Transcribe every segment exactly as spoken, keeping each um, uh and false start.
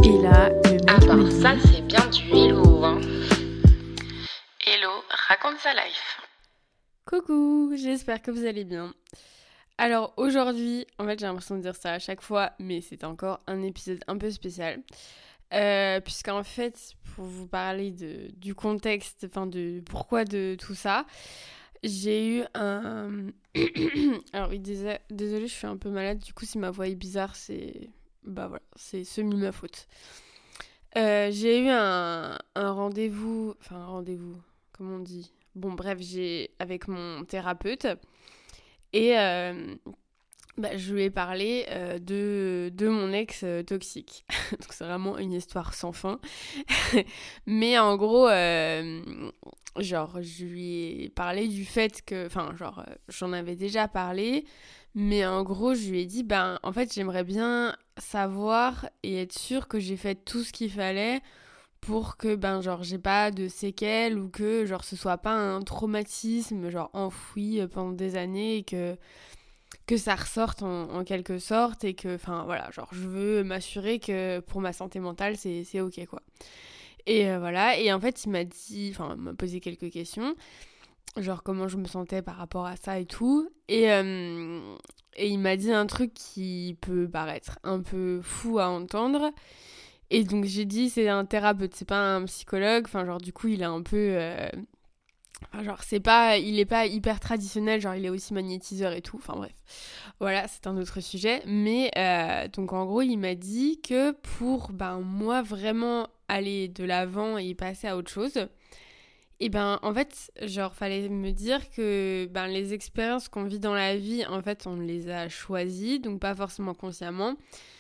Et là, le mec Ah bah me dit... ça c'est bien du hello hein. Hello, raconte sa life. Coucou, j'espère que vous allez bien. Alors aujourd'hui, en fait j'ai l'impression de dire ça à chaque fois, mais c'est encore un épisode un peu spécial. Euh, puisqu'en fait, pour vous parler de, du contexte, enfin de pourquoi de tout ça, j'ai eu un... Alors oui, dés- désolée, je suis un peu malade, du coup si ma voix est bizarre, c'est... Bah voilà, c'est semi ma faute. Euh, j'ai eu un, un rendez-vous, enfin un rendez-vous, comment on dit? Bon bref, j'ai avec mon thérapeute et euh, bah, je lui ai parlé euh, de, de mon ex euh, toxique. Donc c'est vraiment une histoire sans fin. Mais en gros, euh, genre je lui ai parlé du fait que, enfin genre euh, j'en avais déjà parlé, mais en gros je lui ai dit, ben en fait j'aimerais bien savoir et être sûre que j'ai fait tout ce qu'il fallait pour que ben genre j'ai pas de séquelles ou que genre ce soit pas un traumatisme genre enfoui euh, pendant des années et que que ça ressorte en, en quelque sorte et que enfin voilà genre je veux m'assurer que pour ma santé mentale c'est c'est ok quoi. Et euh, voilà, et en fait il m'a dit, enfin il m'a posé quelques questions genre comment je me sentais par rapport à ça et tout, et euh, et il m'a dit un truc qui peut paraître un peu fou à entendre. Et donc j'ai dit c'est un thérapeute, c'est pas un psychologue, enfin genre du coup il est un peu... Euh... Enfin genre c'est pas... Il est pas hyper traditionnel, genre il est aussi magnétiseur et tout, enfin bref. Voilà, c'est un autre sujet. Mais euh, donc en gros il m'a dit que pour ben moi vraiment aller de l'avant et passer à autre chose, et ben en fait genre fallait me dire que ben les expériences qu'on vit dans la vie en fait on les a choisies, donc pas forcément consciemment.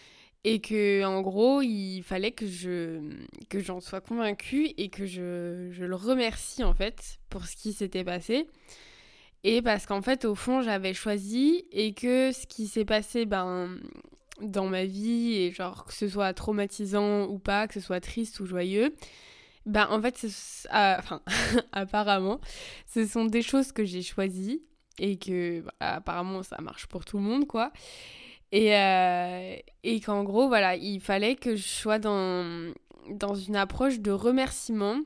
Et que en gros, il fallait que je que j'en sois convaincue et que je, je le remercie en fait pour ce qui s'était passé. Et parce qu'en fait, au fond, j'avais choisi et que ce qui s'est passé ben, dans ma vie, et genre que ce soit traumatisant ou pas, que ce soit triste ou joyeux, ben en fait, c'est, ah, enfin, apparemment, ce sont des choses que j'ai choisies et que voilà, apparemment ça marche pour tout le monde quoi. Et, euh, et qu'en gros, voilà, il fallait que je sois dans, dans une approche de remerciement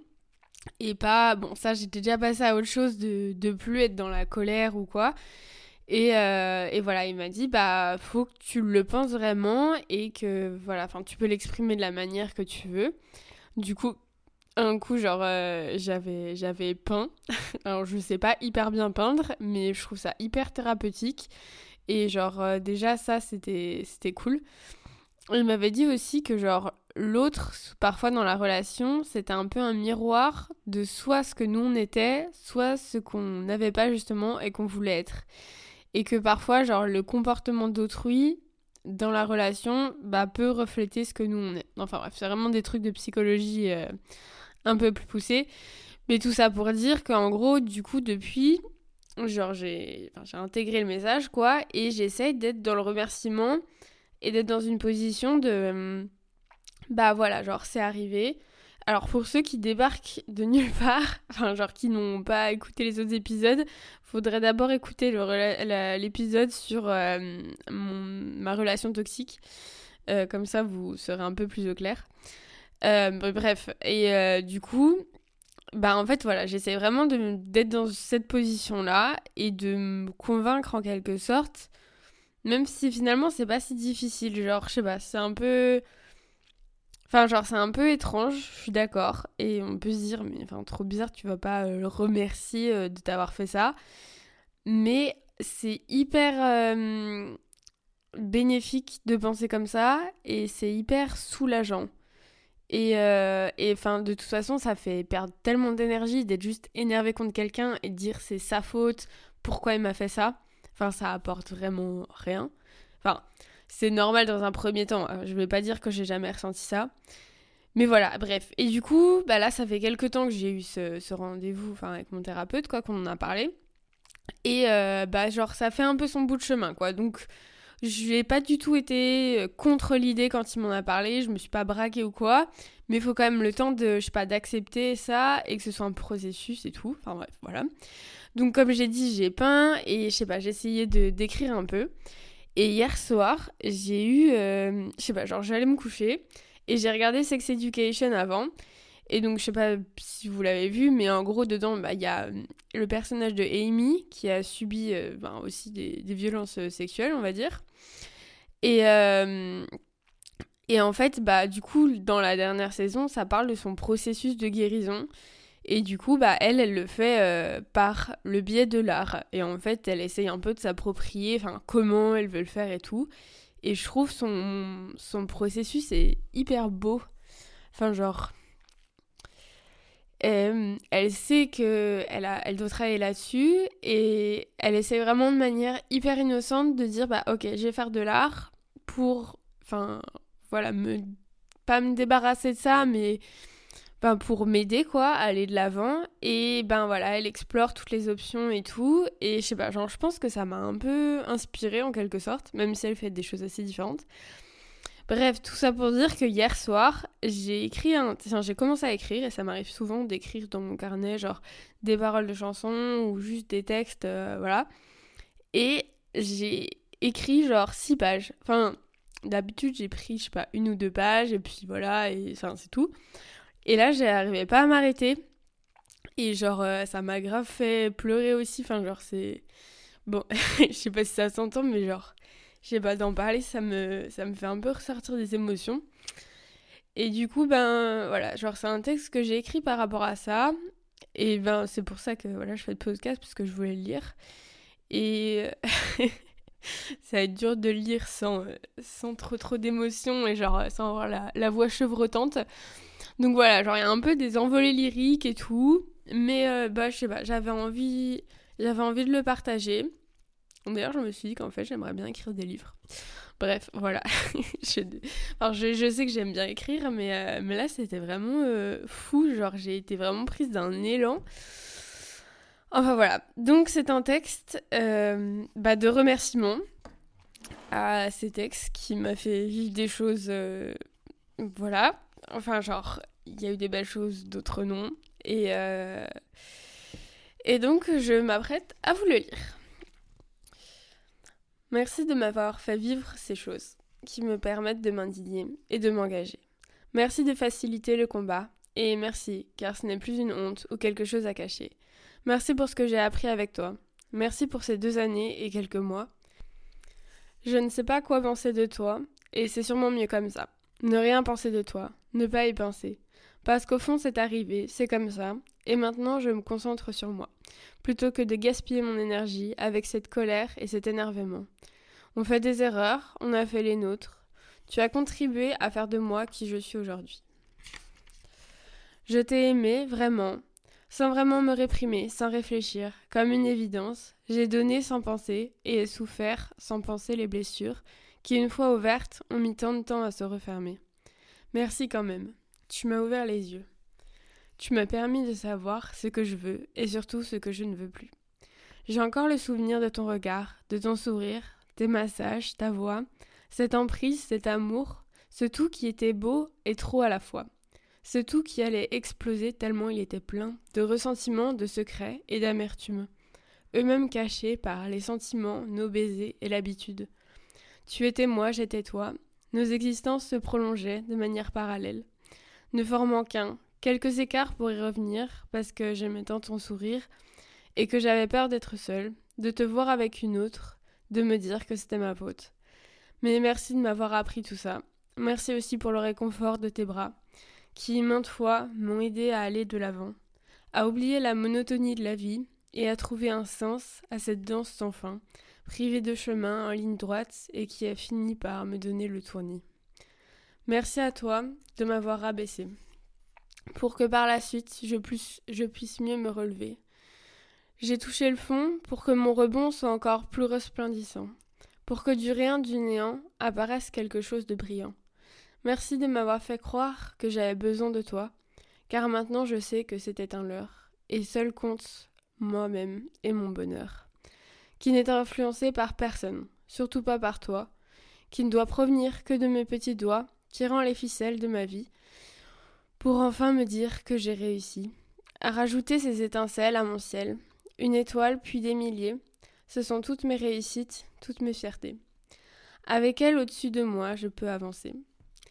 et pas... Bon, ça, j'étais déjà passée à autre chose de, de plus être dans la colère ou quoi. Et, euh, et voilà, il m'a dit, bah, faut que tu le penses vraiment et que, voilà, enfin, tu peux l'exprimer de la manière que tu veux. Du coup, un coup, genre, euh, j'avais, j'avais peint. Alors, je sais pas hyper bien peindre, mais je trouve ça hyper thérapeutique. Et genre, euh, déjà, ça, c'était, c'était cool. Il m'avait dit aussi que, genre, l'autre, parfois dans la relation, c'était un peu un miroir de soit ce que nous, on était, soit ce qu'on n'avait pas, justement, et qu'on voulait être. Et que parfois, genre, le comportement d'autrui dans la relation, bah, peut refléter ce que nous, on est. Enfin bref, c'est vraiment des trucs de psychologie euh, un peu plus poussés. Mais tout ça pour dire qu'en gros, du coup, depuis... Genre, j'ai, enfin, j'ai intégré le message, quoi, et j'essaye d'être dans le remerciement et d'être dans une position de... euh, Bah voilà, genre, c'est arrivé. Alors, pour ceux qui débarquent de nulle part, enfin, genre, qui n'ont pas écouté les autres épisodes, faudrait d'abord écouter le, la, l'épisode sur euh, mon, ma relation toxique. Euh, comme ça, vous serez un peu plus au clair. Euh, bref, et euh, du coup... Bah en fait voilà, j'essaie vraiment de, d'être dans cette position-là et de me convaincre en quelque sorte, même si finalement c'est pas si difficile, genre je sais pas, c'est un peu... Enfin genre c'est un peu étrange, je suis d'accord, et on peut se dire mais enfin trop bizarre, tu vas pas euh, le remercier euh, de t'avoir fait ça, mais c'est hyper euh, bénéfique de penser comme ça et c'est hyper soulageant. Et euh, et enfin de toute façon ça fait perdre tellement d'énergie d'être juste énervé contre quelqu'un et de dire c'est sa faute, pourquoi il m'a fait ça. Enfin ça apporte vraiment rien. Enfin c'est normal dans un premier temps, je vais pas dire que j'ai jamais ressenti ça. Mais voilà, bref. Et du coup, bah là ça fait quelques temps que j'ai eu ce, ce rendez-vous enfin, avec mon thérapeute, quoi, qu'on en a parlé. Et euh, bah genre ça fait un peu son bout de chemin, quoi. Donc je n'ai pas du tout été contre l'idée quand il m'en a parlé, je me suis pas braquée ou quoi, mais il faut quand même le temps de, je sais pas, d'accepter ça et que ce soit un processus et tout, enfin bref, voilà. Donc comme j'ai dit, j'ai peint et je sais pas, j'ai essayé de d'écrire un peu. Et hier soir, j'ai eu, euh, je sais pas, genre j'allais me coucher et euh, il y a un truc qui m'est venu, genre, euh, je sais pas, genre j'ai essayé de d'écrire un peu. Et hier soir, j'ai eu, euh, je sais pas, genre j'allais me coucher et il y a un truc qui m'est venu, genre, euh, Et j'ai regardé Sex Education avant. Et donc, je sais pas si vous l'avez vu, mais en gros, dedans, bah, y a le personnage de Amy qui a subi euh, bah, aussi des, des violences sexuelles, on va dire. Et, euh, et en fait, bah, du coup, dans la dernière saison, ça parle de son processus de guérison. Et du coup, bah, elle, elle le fait euh, par le biais de l'art. Et en fait, elle essaye un peu de s'approprier, enfin, comment elle veut le faire et tout. Et je trouve son, son processus est hyper beau. Enfin, genre... Euh, elle sait qu'elle a, elle doit travailler là-dessus et elle essaie vraiment de manière hyper innocente de dire bah ok, je vais faire de l'art pour, enfin voilà, me, pas me débarrasser de ça, mais ben, pour m'aider quoi, à aller de l'avant. Et ben voilà, elle explore toutes les options et tout. Et je sais pas, genre je pense que ça m'a un peu inspirée en quelque sorte, même si elle fait des choses assez différentes. Bref, tout ça pour dire que hier soir, j'ai écrit un... Enfin, j'ai commencé à écrire, et ça m'arrive souvent d'écrire dans mon carnet, genre des paroles de chansons ou juste des textes, euh, voilà. Et j'ai écrit genre six pages. Enfin, d'habitude, j'ai pris, je sais pas, une ou deux pages, et puis voilà, et enfin, c'est tout. Et là, j'arrivais pas à m'arrêter. Et genre, euh, ça m'a grave fait pleurer aussi. Enfin, genre, c'est... Bon, je sais pas si ça s'entend, mais genre... Je sais pas, d'en parler, ça me, ça me fait un peu ressortir des émotions. Et du coup, ben voilà, genre c'est un texte que j'ai écrit par rapport à ça. Et ben c'est pour ça que voilà, je fais le podcast, parce que je voulais le lire. Et ça va être dur de le lire sans, sans trop trop d'émotions et genre sans avoir la, la voix chevrotante. Donc voilà, genre il y a un peu des envolées lyriques et tout. Mais euh, bah je sais pas, j'avais envie, j'avais envie de le partager. D'ailleurs, je me suis dit qu'en fait, j'aimerais bien écrire des livres. Bref, voilà. je, alors, je, je sais que j'aime bien écrire, mais, euh, mais là, c'était vraiment euh, fou. Genre, j'ai été vraiment prise d'un élan. Enfin, voilà. Donc, c'est un texte euh, bah, de remerciement à ces textes qui m'a fait vivre des choses... Euh, voilà. Enfin, genre, il y a eu des belles choses, d'autres non. Et, euh, et donc, je m'apprête à vous le lire. Merci de m'avoir fait vivre ces choses qui me permettent de m'indigner et de m'engager. Merci de faciliter le combat, et merci, car ce n'est plus une honte ou quelque chose à cacher. Merci pour ce que j'ai appris avec toi. Merci pour ces deux années et quelques mois. Je ne sais pas quoi penser de toi, et c'est sûrement mieux comme ça. Ne rien penser de toi, ne pas y penser. Parce qu'au fond c'est arrivé, c'est comme ça, et maintenant je me concentre sur moi, plutôt que de gaspiller mon énergie avec cette colère et cet énervement. On fait des erreurs, on a fait les nôtres. Tu as contribué à faire de moi qui je suis aujourd'hui. Je t'ai aimé, vraiment, sans vraiment me réprimer, sans réfléchir, comme une évidence. J'ai donné sans penser, et ai souffert sans penser les blessures, qui une fois ouvertes ont mis tant de temps à se refermer. Merci quand même, tu m'as ouvert les yeux. Tu m'as permis de savoir ce que je veux, et surtout ce que je ne veux plus. J'ai encore le souvenir de ton regard, de ton sourire, tes massages, ta voix, cette emprise, cet amour, ce tout qui était beau et trop à la fois. Ce tout qui allait exploser tellement il était plein de ressentiments, de secrets et d'amertume, eux-mêmes cachés par les sentiments, nos baisers et l'habitude. Tu étais moi, j'étais toi, nos existences se prolongeaient de manière parallèle, ne formant qu'un, quelques écarts pour y revenir, parce que j'aimais tant ton sourire, et que j'avais peur d'être seule, de te voir avec une autre, de me dire que c'était ma faute. Mais merci de m'avoir appris tout ça. Merci aussi pour le réconfort de tes bras, qui, maintes fois, m'ont aidé à aller de l'avant, à oublier la monotonie de la vie et à trouver un sens à cette danse sans fin, privée de chemin en ligne droite et qui a fini par me donner le tournis. Merci à toi de m'avoir rabaissé, pour que par la suite je puisse, je puisse mieux me relever. J'ai touché le fond pour que mon rebond soit encore plus resplendissant, pour que du rien du néant apparaisse quelque chose de brillant. Merci de m'avoir fait croire que j'avais besoin de toi, car maintenant je sais que c'était un leurre, et seul compte moi-même et mon bonheur, qui n'est influencé par personne, surtout pas par toi, qui ne doit provenir que de mes petits doigts, tirant les ficelles de ma vie, pour enfin me dire que j'ai réussi, à rajouter ces étincelles à mon ciel, une étoile puis des milliers, ce sont toutes mes réussites, toutes mes fiertés. Avec elles au-dessus de moi, je peux avancer.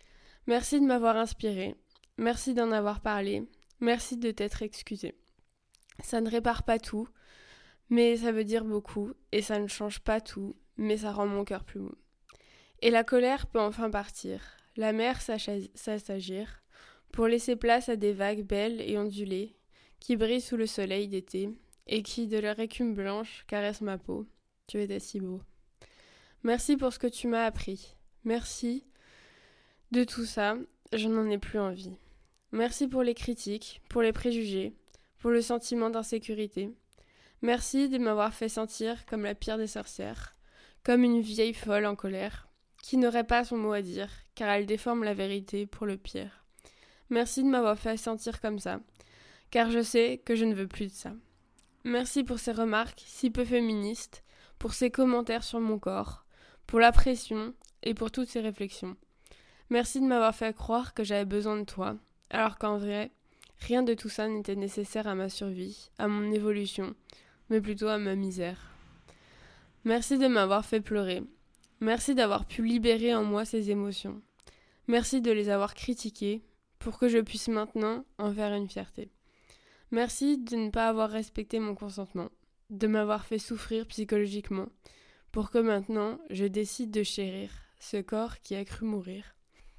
Merci de m'avoir inspiré. Merci d'en avoir parlé. Merci de t'être excusé. Ça ne répare pas tout, mais ça veut dire beaucoup, et ça ne change pas tout, mais ça rend mon cœur plus mou. Et la colère peut enfin partir. La mer s'assagir pour laisser place à des vagues belles et ondulées qui brillent sous le soleil d'été et qui, de leur écume blanche, caressent ma peau. Tu étais si beau. Merci pour ce que tu m'as appris. Merci de tout ça, je n'en ai plus envie. Merci pour les critiques, pour les préjugés, pour le sentiment d'insécurité. Merci de m'avoir fait sentir comme la pire des sorcières, comme une vieille folle en colère, qui n'aurait pas son mot à dire, car elle déforme la vérité pour le pire. Merci de m'avoir fait sentir comme ça, car je sais que je ne veux plus de ça. Merci pour ces remarques si peu féministes, pour ces commentaires sur mon corps, pour la pression et pour toutes ces réflexions. Merci de m'avoir fait croire que j'avais besoin de toi, alors qu'en vrai, rien de tout ça n'était nécessaire à ma survie, à mon évolution, mais plutôt à ma misère. Merci de m'avoir fait pleurer. Merci d'avoir pu libérer en moi ces émotions. Merci de les avoir critiquées pour que je puisse maintenant en faire une fierté. Merci de ne pas avoir respecté mon consentement, de m'avoir fait souffrir psychologiquement, pour que maintenant je décide de chérir ce corps qui a cru mourir.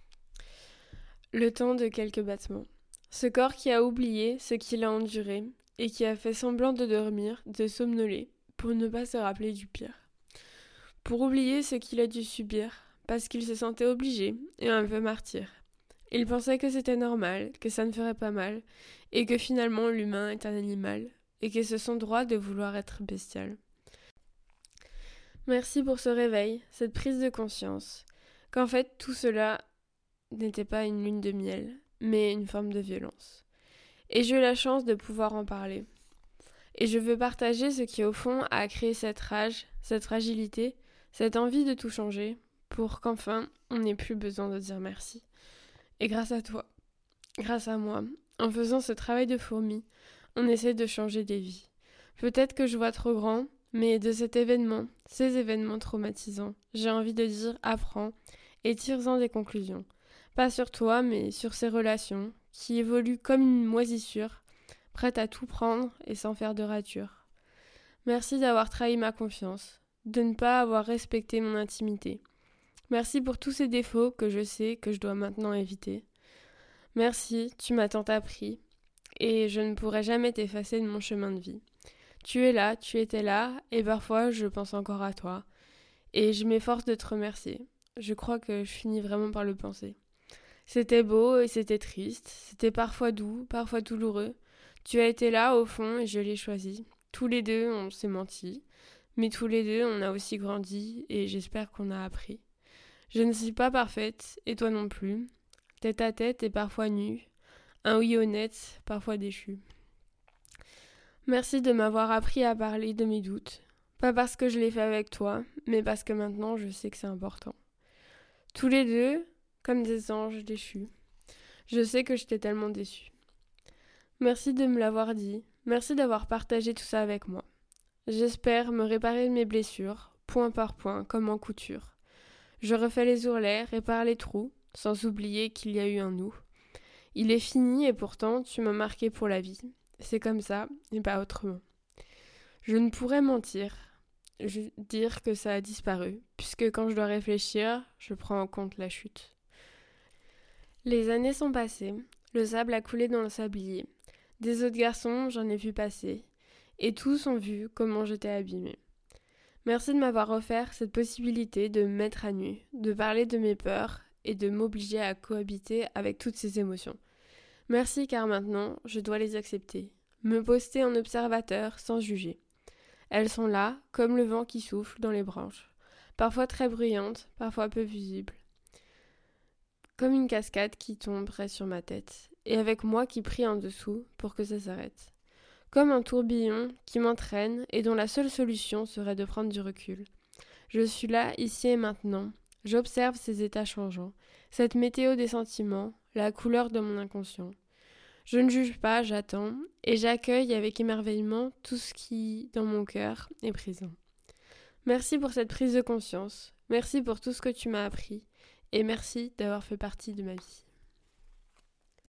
Le temps de quelques battements. Ce corps qui a oublié ce qu'il a enduré et qui a fait semblant de dormir, de somnoler, pour ne pas se rappeler du pire. Pour oublier ce qu'il a dû subir, parce qu'il se sentait obligé et un peu martyr. Il pensait que c'était normal, que ça ne ferait pas mal, et que finalement l'humain est un animal, et que c'est son droit de vouloir être bestial. Merci pour ce réveil, cette prise de conscience, qu'en fait tout cela n'était pas une lune de miel, mais une forme de violence. Et j'ai eu la chance de pouvoir en parler. Et je veux partager ce qui au fond a créé cette rage, cette fragilité, cette envie de tout changer, pour qu'enfin on n'ait plus besoin de dire merci. Et grâce à toi, grâce à moi, en faisant ce travail de fourmi, on essaie de changer des vies. Peut-être que je vois trop grand, mais de cet événement, ces événements traumatisants, j'ai envie de dire apprends et tire-en des conclusions. Pas sur toi, mais sur ces relations qui évoluent comme une moisissure, prête à tout prendre et sans faire de rature. Merci d'avoir trahi ma confiance, de ne pas avoir respecté mon intimité. Merci pour tous ces défauts que je sais que je dois maintenant éviter. Merci, tu m'as tant appris, et je ne pourrai jamais t'effacer de mon chemin de vie. Tu es là, tu étais là, et parfois je pense encore à toi, et je m'efforce de te remercier. Je crois que je finis vraiment par le penser. C'était beau et c'était triste, c'était parfois doux, parfois douloureux. Tu as été là au fond et je l'ai choisi. Tous les deux on s'est menti, mais tous les deux on a aussi grandi et j'espère qu'on a appris. Je ne suis pas parfaite, et toi non plus. Tête à tête et parfois nue, un oui honnête, parfois déchu. Merci de m'avoir appris à parler de mes doutes. Pas parce que je l'ai fait avec toi, mais parce que maintenant je sais que c'est important. Tous les deux, comme des anges déchus. Je sais que je t'ai tellement déçu. Merci de me l'avoir dit. Merci d'avoir partagé tout ça avec moi. J'espère me réparer mes blessures, point par point, comme en couture. Je refais les ourlets, répare les trous, sans oublier qu'il y a eu un nous. Il est fini et pourtant tu m'as marqué pour la vie. C'est comme ça et pas autrement. Je ne pourrais mentir, je dire que ça a disparu, puisque quand je dois réfléchir, je prends en compte la chute. Les années sont passées, le sable a coulé dans le sablier. Des autres garçons, j'en ai vu passer, et tous ont vu comment j'étais abîmée. Merci de m'avoir offert cette possibilité de me mettre à nu, de parler de mes peurs et de m'obliger à cohabiter avec toutes ces émotions. Merci car maintenant, je dois les accepter, me poster en observateur sans juger. Elles sont là, comme le vent qui souffle dans les branches, parfois très bruyantes, parfois peu visibles. Comme une cascade qui tomberait sur ma tête, et avec moi qui prie en dessous pour que ça s'arrête. Comme un tourbillon qui m'entraîne et dont la seule solution serait de prendre du recul. Je suis là, ici et maintenant. J'observe ces états changeants, cette météo des sentiments, la couleur de mon inconscient. Je ne juge pas, j'attends, et j'accueille avec émerveillement tout ce qui, dans mon cœur, est présent. Merci pour cette prise de conscience, merci pour tout ce que tu m'as appris, et merci d'avoir fait partie de ma vie.